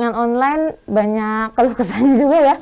bimbingan online banyak keluh kesahnya juga ya.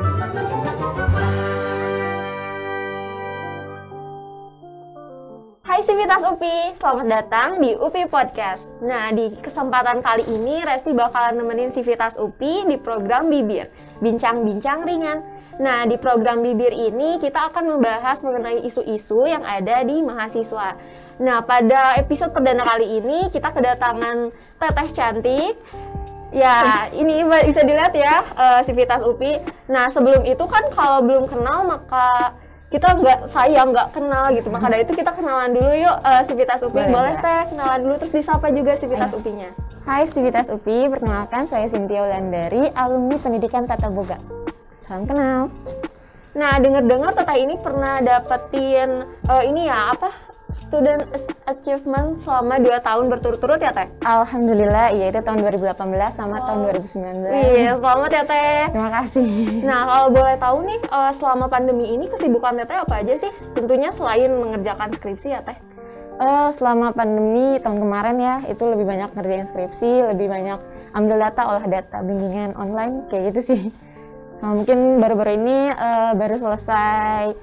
Hai Sivitas UPI, selamat datang di UPI Podcast. Nah, di kesempatan kali ini Resti bakalan nemenin Sivitas UPI di program Bibir, Bincang-Bincang Ringan. Nah, di program Bibir ini kita akan membahas mengenai isu-isu yang ada di mahasiswa. Nah, pada episode perdana kali ini kita kedatangan teteh cantik. Ya, ini bisa dilihat ya, Sivitas UPI. Nah, sebelum itu kan kalau belum kenal maka kita nggak kenal gitu, maka dari itu kita kenalan dulu yuk. Sivitas UPI boleh teh kenalan dulu, terus disapa juga Sivitas UPI-nya. Hai Sivitas UPI, perkenalkan saya Cynthia Wulandari, alumni Pendidikan Tata Boga. Salam kenal. Nah, dengar-dengar teteh ini pernah dapetin Student Achievement selama 2 tahun berturut-turut ya teh? Alhamdulillah, iya itu tahun 2018 sama tahun 2019. Iya, selamat ya teh. Terima kasih. Nah, kalau boleh tahu nih, selama pandemi ini kesibukan teteh apa aja sih? Tentunya selain mengerjakan skripsi ya teh? Selama pandemi tahun kemarin ya, itu lebih banyak ngerjain skripsi, lebih banyak ambil data, olah data, bimbingan online, kayak gitu sih. Mungkin baru-baru ini baru selesai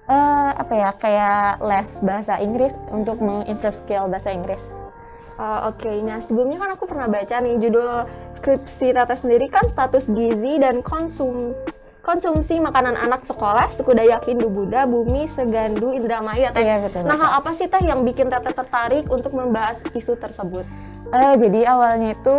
kayak les bahasa Inggris untuk mengimprove skill bahasa Inggris. Oke. Nah sebelumnya kan aku pernah baca nih judul skripsi teteh sendiri kan status gizi dan konsumsi makanan anak sekolah suku Dayak Hindu Buddha Bumi Segandu Indramayu ya teh? Iya, betul. Nah hal apa sih teh yang bikin teteh tertarik untuk membahas isu tersebut? Jadi awalnya itu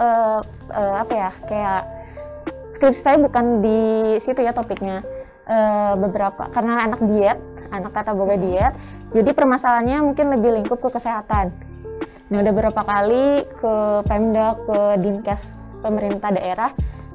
kayak skripsi saya bukan di situ ya topiknya. Beberapa karena anak tata boga diet, jadi permasalahannya mungkin lebih lingkup ke kesehatan. Nah udah beberapa kali ke Pemda, ke Dinkes pemerintah daerah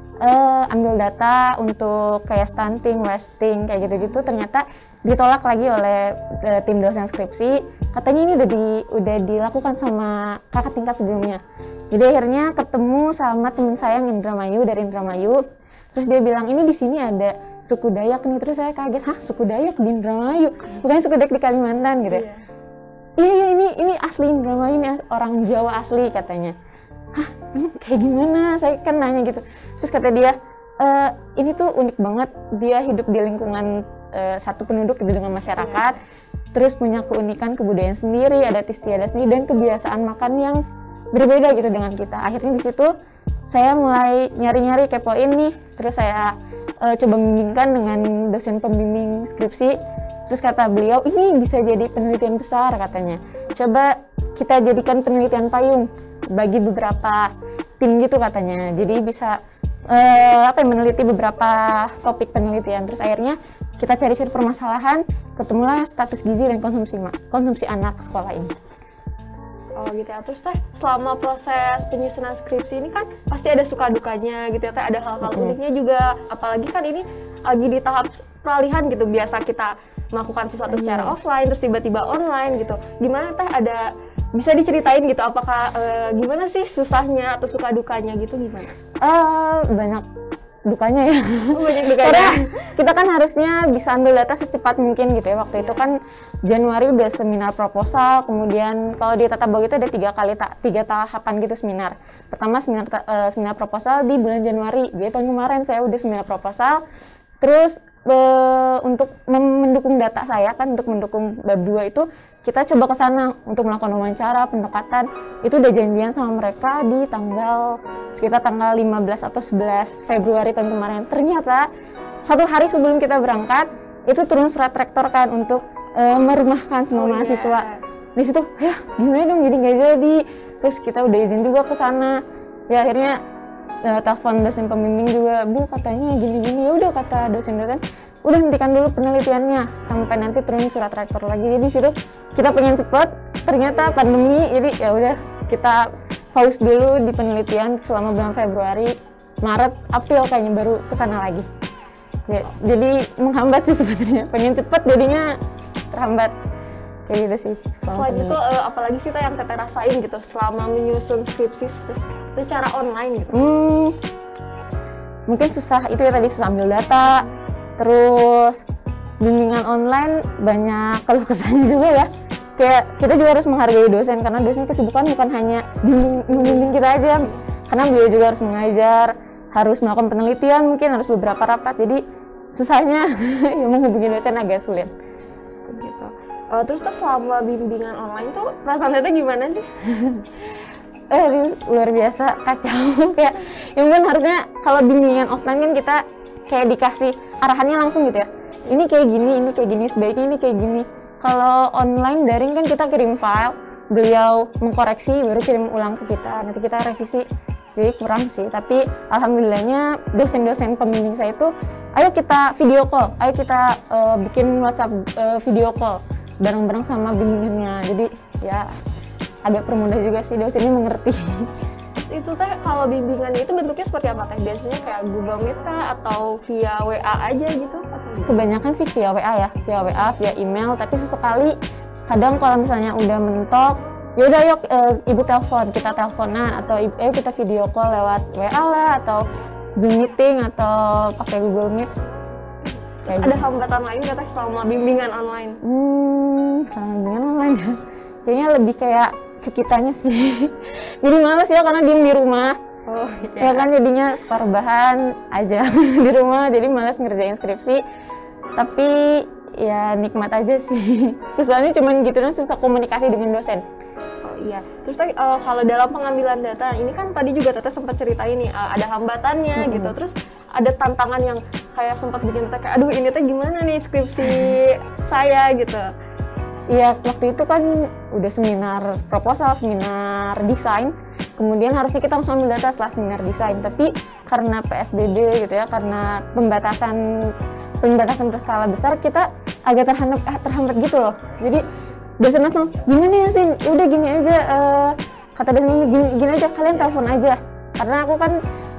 ambil data untuk kayak stunting, wasting kayak gitu-gitu, ternyata ditolak lagi oleh tim dosen skripsi. Katanya ini udah dilakukan sama kakak tingkat sebelumnya. Jadi akhirnya ketemu sama teman saya yang dari Indramayu. Terus dia bilang, ini di sini ada suku Dayak nih. Terus saya kaget, hah suku Dayak di Indramayu? Bukan suku Dayak di Kalimantan gitu. Iya, ini asli Indramayu, ini orang Jawa asli katanya. Hah, kayak gimana? Saya kan nanya gitu. Terus kata dia, ini tuh unik banget. Dia hidup di lingkungan satu penduduk gitu dengan masyarakat. Terus punya keunikan kebudayaan sendiri, adat istiadat sendiri, dan kebiasaan makan yang berbeda gitu dengan kita. Akhirnya di situ saya mulai nyari-nyari kepoin nih, terus saya coba membimbingkan dengan dosen pembimbing skripsi. Terus kata beliau, ini bisa jadi penelitian besar katanya. Coba kita jadikan penelitian payung bagi beberapa tim gitu katanya. Jadi bisa meneliti beberapa topik penelitian. Terus akhirnya kita cari-cari permasalahan, ketemulah status gizi dan konsumsi anak sekolah ini. Oh gitu ya. Terus teh selama proses penyusunan skripsi ini kan pasti ada suka dukanya gitu ya teh, ada hal-hal uniknya juga, apalagi kan ini lagi di tahap peralihan gitu. Biasa kita melakukan sesuatu secara offline terus tiba-tiba online gitu. Gimana teh, bisa diceritain gitu apakah gimana sih susahnya atau suka dukanya gitu gimana? Banyak dukanya ya. Banyak dukanya. Karena kita kan harusnya bisa ambil data secepat mungkin gitu ya. Waktu itu kan Januari udah seminar proposal, kemudian kalau di Tata Boga itu ada 3 tahapan gitu seminar. Pertama seminar proposal di bulan Januari. Jadi tahun kemarin saya udah seminar proposal. Terus untuk mendukung data saya kan, untuk mendukung bab 2 itu kita coba ke sana untuk melakukan wawancara, pendekatan. Itu udah janjian sama mereka di sekitar tanggal 15 atau 11 Februari tahun kemarin. Ternyata 1 hari sebelum kita berangkat itu turun surat rektor kan untuk merumahkan semua mahasiswa. Di situ ya gimana dong, jadi nggak jadi. Terus kita udah izin juga ke sana. Ya akhirnya telepon dosen pembimbing juga, Bu katanya gini-gini. Ya udah kata dosen-dosen, udah hentikan dulu penelitiannya sampai nanti turun surat rektor lagi. Jadi situ kita pengen cepet, ternyata pandemi, jadi ya udah kita pause dulu di penelitian selama bulan Februari, Maret, April kayaknya baru kesana lagi. Ya, jadi menghambat sih sebenarnya, pengen cepet jadinya terhambat kayak gitu sih. Selain itu apalagi sih yang teteh rasain gitu selama menyusun skripsi secara online gitu? Mungkin susah itu ya, tadi susah ambil data. Terus bimbingan online banyak keluh kesahnya juga ya. Kayak kita juga harus menghargai dosen, karena dosen kesibukan bukan hanya membimbing kita aja, karena beliau juga harus mengajar. harus melakukan penelitian, mungkin harus beberapa rapat, jadi susahnya ya menghubungi dosen agak sulit. Gitu. Terus selama bimbingan online tuh perasaan Teteh gimana sih? Luar biasa kacau kayak ya mungkin harusnya kalau bimbingan offline kan kita kayak dikasih arahannya langsung gitu ya, ini kayak gini, sebaiknya ini kayak gini. Kalau online daring kan kita kirim file, beliau mengkoreksi baru kirim ulang ke kita, nanti kita revisi, jadi kurang sih. Tapi alhamdulillahnya dosen-dosen pembimbing saya itu ayo kita video call, ayo kita bikin WhatsApp video call bareng-bareng sama bimbingannya, jadi ya agak permudah juga sih, dosennya mengerti. Itu teh kalau bimbingannya itu bentuknya seperti apa teh? Biasanya kayak Google Meet kah atau via WA aja gitu? Kebanyakan sih via WA ya, via WA, via email, tapi sesekali kadang kalau misalnya udah mentok, ya udah yuk ibu telepon, kita teleponan, atau ayo kita video call lewat WA lah, atau Zoom meeting, atau pakai Google Meet. Ada hambatan lain nggak teh selama bimbingan online? Selama bimbingan online ya, kayaknya lebih kayak ke kitanya sih. Jadi males ya karena diem di rumah. Oh, ya kan jadinya suka rebahan aja di rumah, jadi malas ngerjain skripsi. Tapi ya nikmat aja sih. Soalnya cuman gitu dan susah komunikasi dengan dosen. Oh iya. Terus kalau dalam pengambilan data, ini kan tadi juga Teteh sempat ceritain nih ada hambatannya gitu. Terus ada tantangan yang kayak sempat bikin Teteh kayak aduh ini teh gimana nih skripsi saya gitu. Iya, waktu itu kan udah seminar proposal, seminar desain, kemudian harusnya kita langsung ambil data setelah seminar desain, tapi karena PSBB gitu ya, karena pembatasan berskala besar, kita agak terhambat gitu loh. Jadi dosen langsung, gimana ya Sin? Udah gini aja, kata dosen gini aja, kalian telepon aja. Karena aku kan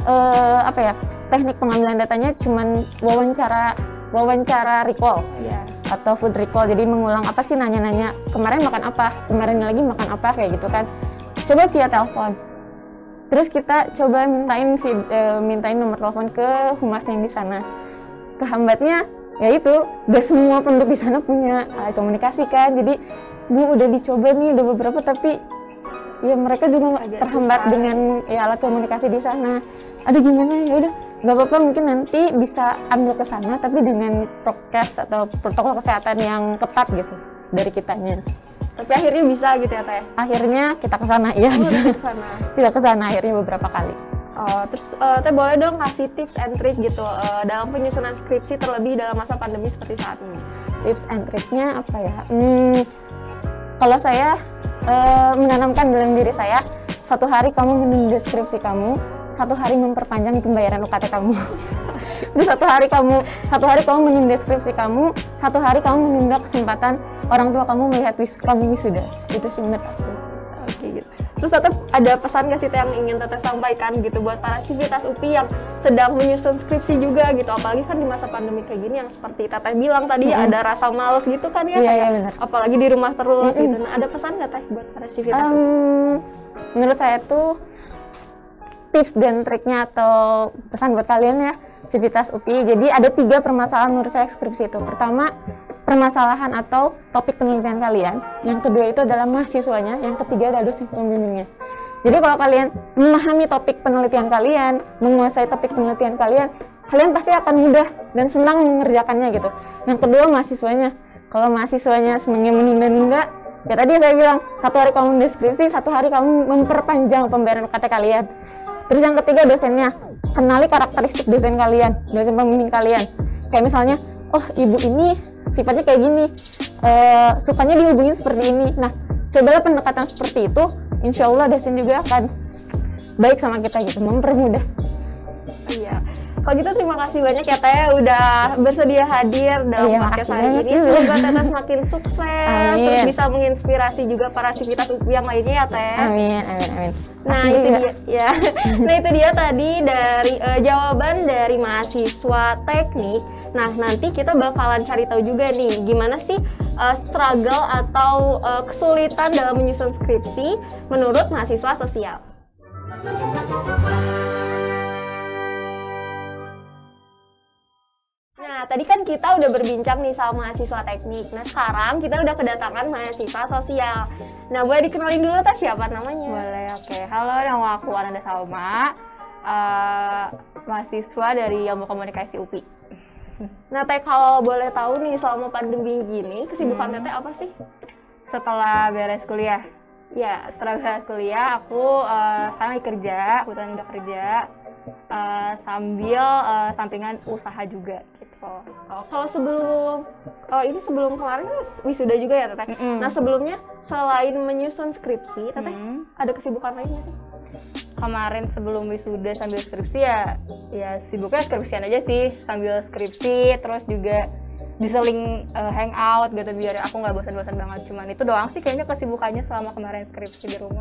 teknik pengambilan datanya cuman wawancara recall. Yeah. Atau food recall, jadi mengulang apa sih, nanya-nanya kemarin makan apa, kemarin lagi makan apa, kayak gitu kan. Coba via telepon, terus kita coba mintain nomor telepon ke humasnya yang di sana. Kehambatnya ya itu, gak semua penduduk di sana punya komunikasi kan, jadi Bu udah dicoba nih, udah beberapa, tapi ya mereka juga terhambat dengan ya alat komunikasi di sana. Aduh gimana, ya udah nggak apa-apa, mungkin nanti bisa ambil ke sana tapi dengan prokes atau protokol kesehatan yang ketat gitu dari kitanya. Tapi akhirnya bisa gitu ya Teh? Akhirnya kita ke sana, ya bisa. Kita ke sana akhirnya beberapa kali. Terus Teh boleh dong kasih tips and trick gitu dalam penyusunan skripsi terlebih dalam masa pandemi seperti saat ini? Tips and tricknya apa ya? Kalau saya menanamkan dalam diri saya, 1 hari kamu menunda skripsi kamu, 1 hari memperpanjang pembayaran UKT kamu. Terus 1 hari kamu menunda skripsi kamu, 1 hari kamu menunda kesempatan orang tua kamu melihat kamu wisuda. Itu sih menurut aku. Oke gitu. Terus Teteh ada pesan nggak sih Teh yang ingin Teteh sampaikan gitu buat para sivitas UPI yang sedang menyusun skripsi juga gitu, apalagi kan di masa pandemi kayak gini yang seperti Teteh bilang tadi ada rasa males gitu kan ya, benar. Apalagi di rumah terus gitu. Nah, ada pesan nggak Teh buat para sivitas UPI? Menurut saya tuh tips dan triknya atau pesan buat kalian ya sivitas UPI. Jadi ada 3 permasalahan menurut saya skripsi itu. Pertama, permasalahan atau topik penelitian kalian. Yang kedua itu adalah mahasiswanya. Yang ketiga adalah dosen pembimbingnya. Jadi kalau kalian memahami topik penelitian kalian, menguasai topik penelitian kalian pasti akan mudah dan senang mengerjakannya gitu. Yang kedua mahasiswanya. Kalau mahasiswanya senangnya menunda-nunda, ya tadi saya bilang 1 hari kamu deskripsi, 1 hari kamu memperpanjang pembayaran UKT kalian. Terus yang ketiga dosennya, kenali karakteristik dosen kalian, dosen pembimbing kalian. Kayak misalnya, oh ibu ini sifatnya kayak gini, sukanya dihubungin seperti ini. Nah, cobalah pendekatan seperti itu, insya Allah dosen juga akan baik sama kita gitu, mempermudah. Iya. Kalau gitu terima kasih banyak ya Teh udah bersedia hadir dalam podcast hari ini. Semoga Teteh semakin sukses, terus bisa menginspirasi juga para sivitas UPI yang lainnya ya Teh. Amin. Nah itu dia ya. Nah itu dia tadi dari jawaban dari mahasiswa teknik. Nah nanti kita bakalan cari tahu juga nih gimana sih struggle atau kesulitan dalam menyusun skripsi menurut mahasiswa sosial. Nah, tadi kan kita udah berbincang nih sama mahasiswa teknik. Nah, sekarang kita udah kedatangan mahasiswa sosial. Nah, boleh dikenalin dulu Teh siapa namanya? Boleh, oke. Halo, nama aku Ananda Salma. mahasiswa dari Ilmu Komunikasi UPI. Nah Teh, kalau boleh tahu nih selama pandemi gini kesibukan Teteh apa sih? Setelah beres kuliah, Ya, setelah beres kuliah aku sekarang lagi kerja, kebetulan udah kerja sambil sampingan usaha juga gitu. kalau ini sebelum kemarin kan wisuda juga ya Teteh. Nah sebelumnya selain menyusun skripsi, Teteh ada kesibukan lainnya? Kemarin sebelum wisuda sambil skripsi ya sibuknya skripsian aja sih, sambil skripsi terus juga diseling hangout gitu biar aku nggak bosan-bosan banget. Cuman itu doang sih kayaknya kesibukannya selama kemarin skripsi di rumah.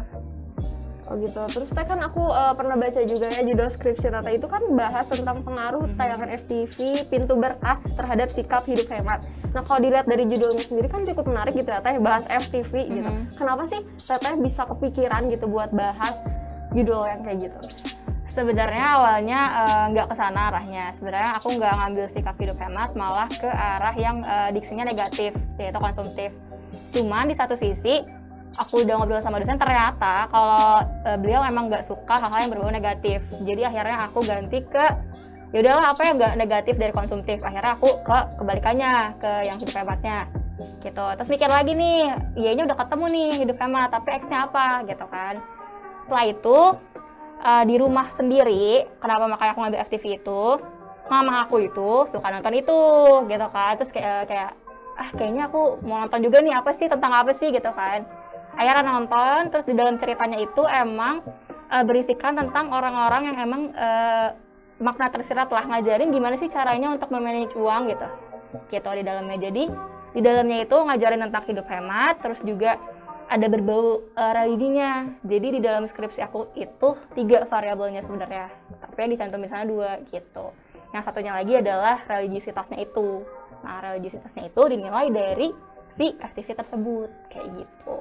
Oh gitu. Terus Teh kan aku pernah baca juga ya judul skripsi Teteh itu kan bahas tentang pengaruh tayangan FTV Pintu Berkah terhadap sikap hidup hemat. Nah kalau dilihat dari judulnya sendiri kan cukup menarik gitu ya Teh, bahas FTV gitu. Kenapa sih Teteh bisa kepikiran gitu buat bahas judul yang kayak gitu? Sebenarnya awalnya nggak ke sana arahnya. Sebenarnya aku nggak ngambil sikap hidup hemat, malah ke arah yang diksinya negatif, yaitu konsumtif. Cuman di satu sisi, aku udah ngobrol sama dosen, ternyata kalau beliau emang nggak suka hal-hal yang berbau negatif. Jadi akhirnya aku ganti ke, ya udahlah apa yang nggak negatif dari konsumtif. Akhirnya aku ke kebalikannya, ke yang hidup hematnya. Gitu. Terus mikir lagi nih, iya-nya udah ketemu nih hidup hemat, tapi X-nya apa gitu kan. Setelah itu, di rumah sendiri, kenapa makanya aku ngambil FTV itu, mama aku itu suka nonton itu gitu kan. Terus kayaknya aku mau nonton juga nih, apa sih, tentang apa sih gitu kan. Akhirnya nonton, terus di dalam ceritanya itu emang berisikan tentang orang-orang yang emang makna tersirat lah, ngajarin gimana sih caranya untuk memanage uang gitu di dalamnya. Jadi di dalamnya itu ngajarin tentang hidup hemat, terus juga ada berbau religinya. Jadi di dalam skripsi aku itu 3 variabelnya sebenarnya, tapi yang dicantum misalnya 2 gitu. Yang satunya lagi adalah religiusitasnya itu. Nah, religiusitasnya itu dinilai dari si FTV tersebut kayak gitu.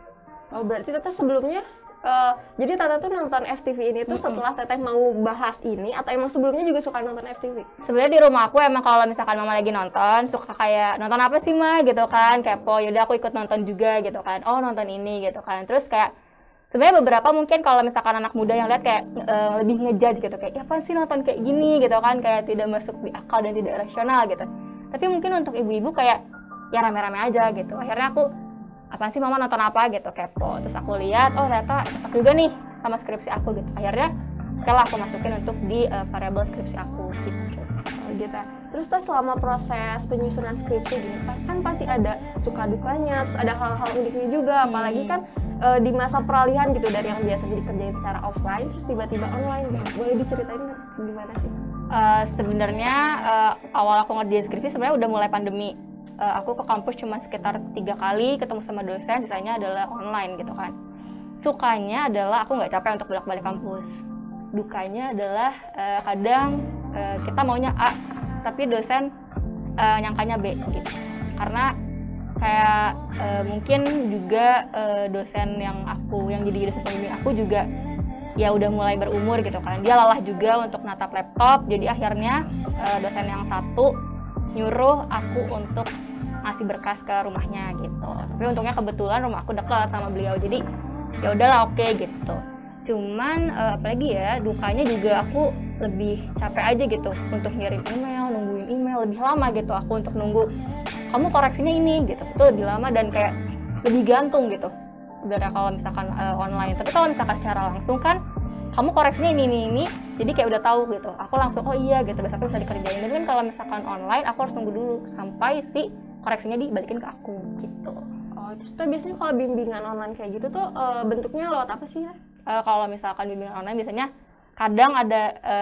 Oh berarti Teteh sebelumnya jadi Teteh tuh nonton FTV ini tuh setelah Teteh mau bahas ini, atau emang sebelumnya juga suka nonton FTV? Sebenarnya di rumah aku emang kalau misalkan mama lagi nonton, suka kayak nonton apa sih ma gitu kan, kepo, yaudah aku ikut nonton juga gitu kan, oh nonton ini gitu kan. Terus kayak sebenarnya beberapa mungkin kalau misalkan anak muda yang lihat kayak lebih ngejudge gitu, kayak ya apaan sih nonton kayak gini gitu kan, kayak tidak masuk di akal dan tidak rasional gitu. Tapi mungkin untuk ibu-ibu kayak ya rame-rame aja gitu. Akhirnya aku, apaan sih mama nonton apa gitu, kepo. Terus aku lihat, oh ternyata cocok juga nih sama skripsi aku gitu. Akhirnya okelah aku masukin untuk di variabel skripsi aku gitu. Gitu. Terus selama proses penyusunan skripsi gini kan pasti ada suka dukanya, terus ada hal-hal uniknya juga, apalagi kan di masa peralihan gitu dari yang biasa dikerjain secara offline terus tiba-tiba online gitu. Boleh diceritain nggak gimana sih? Sebenarnya awal aku ngerjain skripsi sebenarnya udah mulai pandemi. Aku ke kampus cuma sekitar 3 kali ketemu sama dosen, sisanya adalah online gitu kan. Sukanya adalah aku nggak capek untuk bolak-balik kampus. Dukanya adalah kadang kita maunya A, tapi dosen nyangkanya B gitu. Karena kayak mungkin juga dosen yang jadi dosen pembimbing aku juga ya udah mulai berumur gitu kan. Dia lelah juga untuk natap laptop, jadi akhirnya dosen yang satu nyuruh aku untuk ngasih berkas ke rumahnya gitu. Tapi untungnya kebetulan rumah aku dekat sama beliau, jadi ya udahlah oke gitu. Cuman apalagi ya dukanya juga aku lebih capek aja gitu untuk ngirim email, nungguin email lebih lama gitu aku untuk nunggu kamu koreksinya ini gitu. Itu lebih lama dan kayak lebih gantung gitu. Udah kalau misalkan online. Tapi kalau misalkan secara langsung kan kamu koreksinya ini, jadi kayak udah tahu gitu. Aku langsung oh iya gitu, besoknya bisa dikerjain. Dan kalau misalkan online, aku harus nunggu dulu sampai si koreksinya dibalikin ke aku gitu. Oh, terus biasanya kalau bimbingan online kayak gitu tuh bentuknya lewat apa sih ya? Kalau misalkan bimbingan online biasanya kadang ada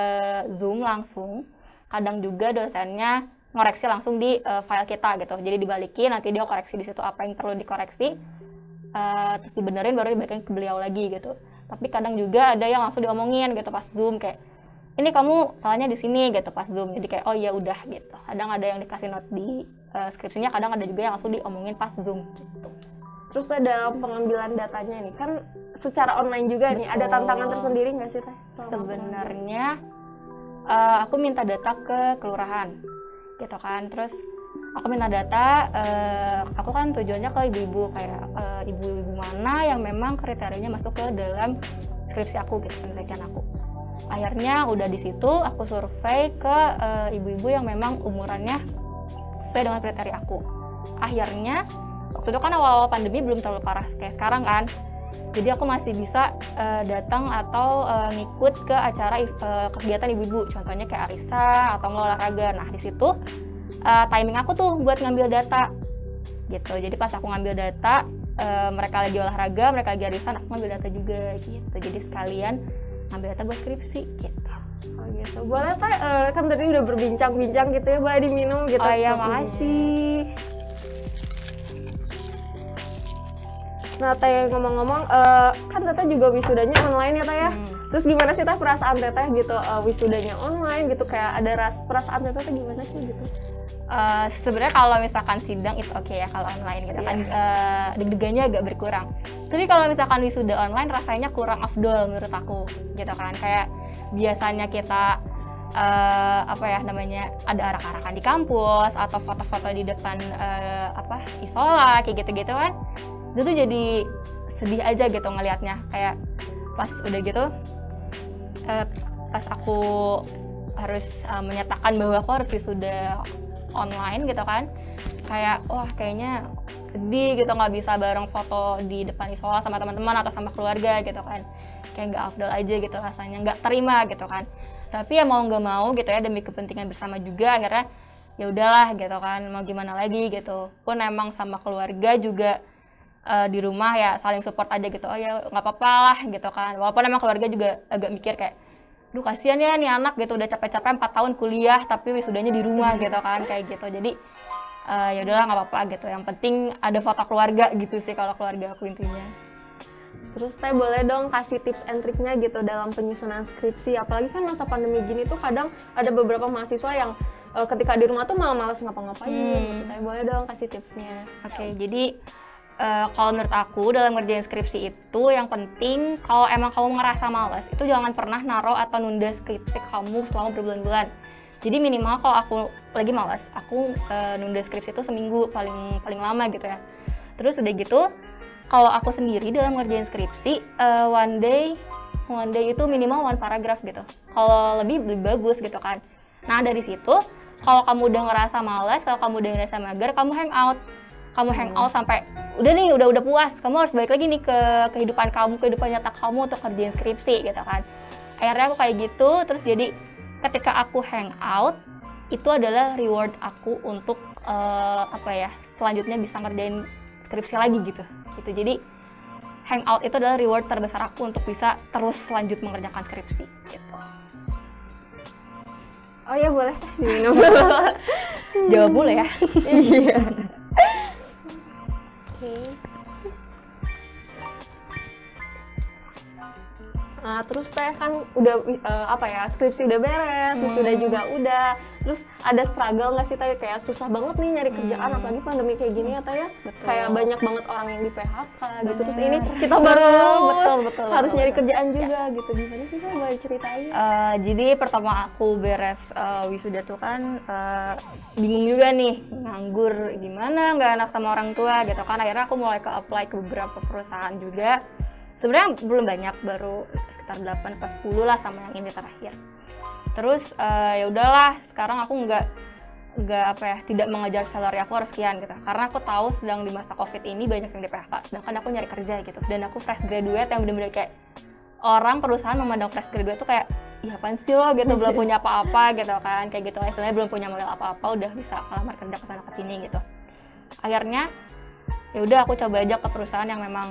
Zoom langsung, kadang juga dosennya ngoreksi langsung di file kita gitu. Jadi dibalikin, nanti dia koreksi di situ apa yang perlu dikoreksi, terus dibenerin baru dibalikin ke beliau lagi gitu. Tapi kadang juga ada yang langsung diomongin gitu pas Zoom, kayak ini kamu salahnya di sini gitu pas Zoom. Jadi kayak oh ya udah gitu. Kadang ada yang dikasih note di skripsinya, kadang ada juga yang langsung diomongin pas Zoom gitu. Terus dalam pengambilan datanya nih kan secara online juga nih, ada tantangan tersendiri nggak sih Teh? Sebenarnya aku minta data ke kelurahan gitu kan. Terus aku minta data, aku kan tujuannya ke ibu-ibu, kayak ibu-ibu mana yang memang kriterianya masuk ke dalam skripsi aku gitu, penelitian aku. Akhirnya udah di situ aku survei ke ibu-ibu yang memang umurannya sesuai dengan kriteria aku. Akhirnya waktu itu kan awal-awal pandemi belum terlalu parah kayak sekarang kan. Jadi aku masih bisa datang atau ngikut ke acara kegiatan ibu-ibu, contohnya kayak arisan atau olahraga. Nah di situ timing aku tuh buat ngambil data gitu. Jadi pas aku ngambil data, mereka lagi olahraga, mereka lagi arisan, aku ngambil data juga gitu. Jadi sekalian ngambil data buat skripsi gitu. Oh gitu. Boleh Teh, kan tadi udah berbincang-bincang gitu ya, boleh diminum gitu. Oh iya, makasih. Nah Teh, ngomong-ngomong, kan Teteh juga wisudanya online ya Teh ya? Terus gimana sih Teh perasaan Teteh gitu, wisudanya online gitu, kayak ada perasaan Teteh gimana sih gitu? Sebenarnya kalau misalkan sidang it's okay ya kalau online gitu kan, deg-degannya agak berkurang. Tapi kalau misalkan wisuda online rasanya kurang afdol menurut aku gitu kan. Kayak biasanya kita apa ya namanya, ada arak-arakan di kampus atau foto-foto di depan isola kayak gitu-gitu kan. Itu tuh jadi sedih aja gitu ngelihatnya. Kayak pas udah gitu pas aku harus menyatakan bahwa aku harus wisuda online gitu kan, kayak wah kayaknya sedih gitu, nggak bisa bareng foto di depan isola sama teman-teman atau sama keluarga gitu kan, kayak nggak afdol aja gitu rasanya, nggak terima gitu kan. Tapi ya mau nggak mau gitu ya, demi kepentingan bersama juga akhirnya ya udahlah gitu kan, mau gimana lagi gitu. Pun emang sama keluarga juga di rumah ya saling support aja gitu, oh ya nggak apa-apa lah gitu kan. Walaupun emang keluarga juga agak mikir kayak, duh kasihan ya nih anak gitu, udah capek-capek 4 tahun kuliah tapi wisudanya di rumah gitu kan, kayak gitu. Jadi ya udahlah nggak apa-apa gitu, yang penting ada foto keluarga gitu sih kalau keluarga aku intinya. Terus Teh boleh dong kasih tips and triknya gitu dalam penyusunan skripsi, apalagi kan masa pandemi gini tuh kadang ada beberapa mahasiswa yang ketika di rumah tuh malah malas ngapa-ngapain gitu. Teh boleh dong kasih tipsnya. Oke, jadi kalau menurut aku dalam ngerjain skripsi itu yang penting, kalau emang kamu ngerasa malas, itu jangan pernah naruh atau nunda skripsi kamu selama berbulan-bulan. Jadi minimal kalau aku lagi malas, aku nunda skripsi itu seminggu paling lama gitu ya. Terus udah gitu, kalau aku sendiri dalam ngerjain skripsi, one day itu minimal 1 paragraph gitu. Kalau lebih bagus gitu kan. Nah dari situ, kalau kamu udah ngerasa malas, kalau kamu udah ngerasa mager, kamu hangout sampai udah puas, kamu harus balik lagi nih ke kehidupan nyata kamu untuk kerjain skripsi gitu kan. Akhirnya aku kayak gitu, terus jadi ketika aku hangout itu adalah reward aku untuk selanjutnya bisa ngerjain skripsi lagi gitu. Jadi hangout itu adalah reward terbesar aku untuk bisa terus lanjut mengerjakan skripsi gitu. Oh ya boleh diminum. Jawab boleh ya. Iya. Nah, terus Teh kan udah skripsi udah beres, wisuda juga udah. Terus ada struggle nggak sih Teh, kayak susah banget nih nyari kerjaan, apalagi pandemi kayak gini ya Teh ya? Kayak banyak banget orang yang di PHK gitu. Terus ini kita baru harus nyari kerjaan juga gitu. Gimana sih Teh, boleh ceritain? Jadi pertama aku beres wisuda tuh kan bingung juga nih, nganggur gimana, nggak enak sama orang tua gitu kan. Akhirnya aku mulai apply ke beberapa perusahaan juga. Sebenarnya belum banyak, baru sekitar 8-10 lah sama yang ini terakhir. Terus ya udahlah, sekarang aku tidak mengejar salary aku harus sekian gitu. Karena aku tahu sedang di masa Covid ini banyak yang di PHK, sedangkan aku nyari kerja gitu. Dan aku fresh graduate yang benar-benar kayak orang perusahaan memandang fresh graduate tuh kayak, iya apaan sih lo gitu, belum punya apa-apa gitu kan, kayak gitu. Istilahnya belum punya modal apa-apa udah bisa melamar kerja kesana kesini gitu. Akhirnya ya udah aku coba aja ke perusahaan yang memang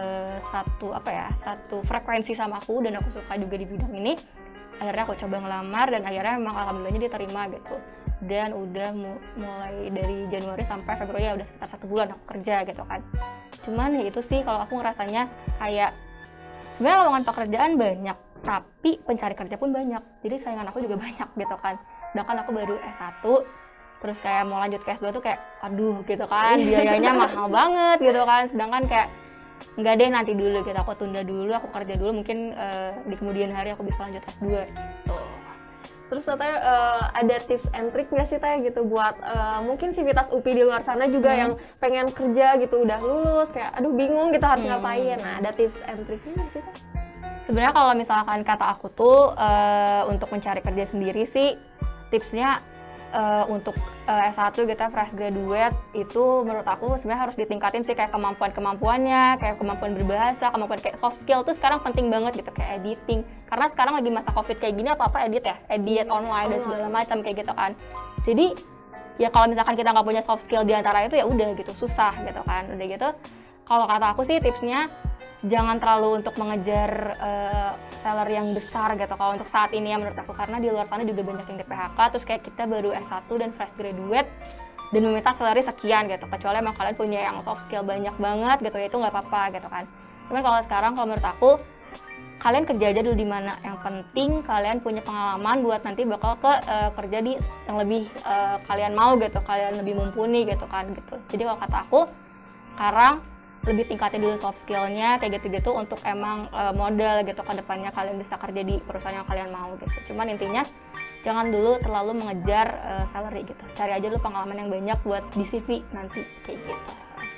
satu frekuensi sama aku dan aku suka juga di bidang ini. Akhirnya aku coba ngelamar dan akhirnya memang alhamdulillahnya diterima gitu. Dan udah mulai dari Januari sampai Februari ya udah sekitar 1 bulan aku kerja gitu kan. Cuman ya itu sih kalau aku ngerasanya kayak sebenarnya lowongan pekerjaan banyak, tapi pencari kerja pun banyak. Jadi saingan aku juga banyak gitu kan. Sedangkan aku baru S1, terus kayak mau lanjut ke S2 tuh kayak aduh gitu kan, biayanya mahal banget gitu kan. Sedangkan kayak enggak deh, nanti dulu gitu, aku tunda dulu, aku kerja dulu, mungkin di kemudian hari aku bisa lanjut S2 gitu. Terus Teh ada tips and trick nggak sih Teh gitu buat mungkin Civitas UPI di luar sana juga yang pengen kerja gitu, udah lulus kayak aduh bingung gitu harus ngapain. Nah ada tips and tricknya nggak sih Teh? Sebenarnya kalau misalkan kata aku tuh untuk mencari kerja sendiri sih tipsnya untuk S1 kita fresh graduate itu menurut aku sebenarnya harus ditingkatin sih kayak kemampuannya, kayak kemampuan berbahasa, kemampuan kayak soft skill tuh sekarang penting banget gitu kayak editing. Karena sekarang lagi masa Covid kayak gini apa-apa edit online dan segala macam kayak gitu kan. Jadi ya kalau misalkan kita nggak punya soft skill di antara itu ya udah gitu susah gitu kan. Udah gitu kalau kata aku sih tipsnya jangan terlalu untuk mengejar salary yang besar gitu kalau untuk saat ini ya menurut aku, karena di luar sana juga banyak yang di PHK terus kayak kita baru S1 dan fresh graduate dan meminta salary sekian gitu, kecuali emang kalian punya yang soft skill banyak banget gitu ya itu nggak apa-apa gitu kan. Cuman kalau sekarang kalau menurut aku kalian kerja aja dulu di mana, yang penting kalian punya pengalaman buat nanti bakal kerja di yang lebih kalian mau gitu, kalian lebih mumpuni gitu kan gitu. Jadi kalau kata aku sekarang lebih tingkatin dulu soft skill-nya kayak gitu-gitu untuk emang modal gitu ke depannya kalian bisa kerja di perusahaan yang kalian mau gitu. Cuman intinya jangan dulu terlalu mengejar salary gitu. Cari aja dulu pengalaman yang banyak buat di CV nanti kayak gitu.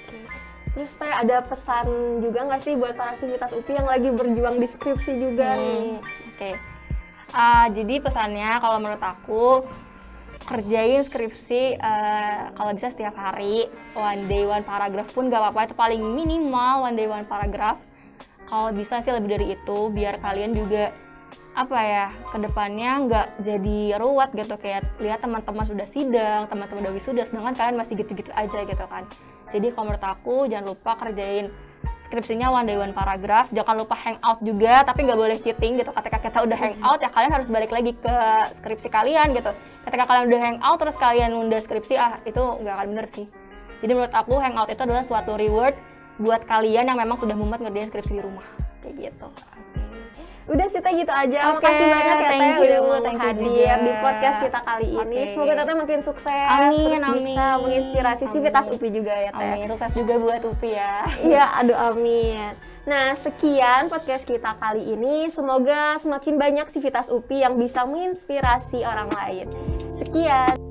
Terus Teh ada pesan juga nggak sih buat para sivitas UPI yang lagi berjuang di skripsi juga nih? Oke. Jadi pesannya kalau menurut aku kerjain skripsi kalau bisa setiap hari, one day one paragraph pun gak apa-apa, itu paling minimal one day one paragraph. Kalau bisa sih lebih dari itu biar kalian juga apa ya kedepannya nggak jadi ruwet gitu, kayak lihat teman-teman sudah sidang, teman-teman udah wisuda sedangkan kalian masih gitu-gitu aja gitu kan. Jadi kalau menurut aku jangan lupa kerjain skripsinya one day one paragraph, jangan lupa hangout juga, tapi nggak boleh cheating gitu. Ketika kita udah hangout ya kalian harus balik lagi ke skripsi kalian gitu. Ketika kalian udah hangout terus kalian nunda skripsi, itu nggak akan bener sih. Jadi menurut aku hangout itu adalah suatu reward buat kalian yang memang sudah mumet ngerjain skripsi di rumah kayak gitu. Udah sih Teh gitu aja. Oke, Makasih banyak ya thank Teh you, udah mau thank you hadir juga. di podcast kita kali ini. Oke. Semoga Teteh makin sukses, Amin, terus bisa amin. menginspirasi Amin. sivitas UPI juga ya Teh. Amin, sukses juga buat UPI ya. Iya, aduh amin. Nah, sekian podcast kita kali ini. Semoga semakin banyak sivitas UPI yang bisa menginspirasi orang lain. Sekian.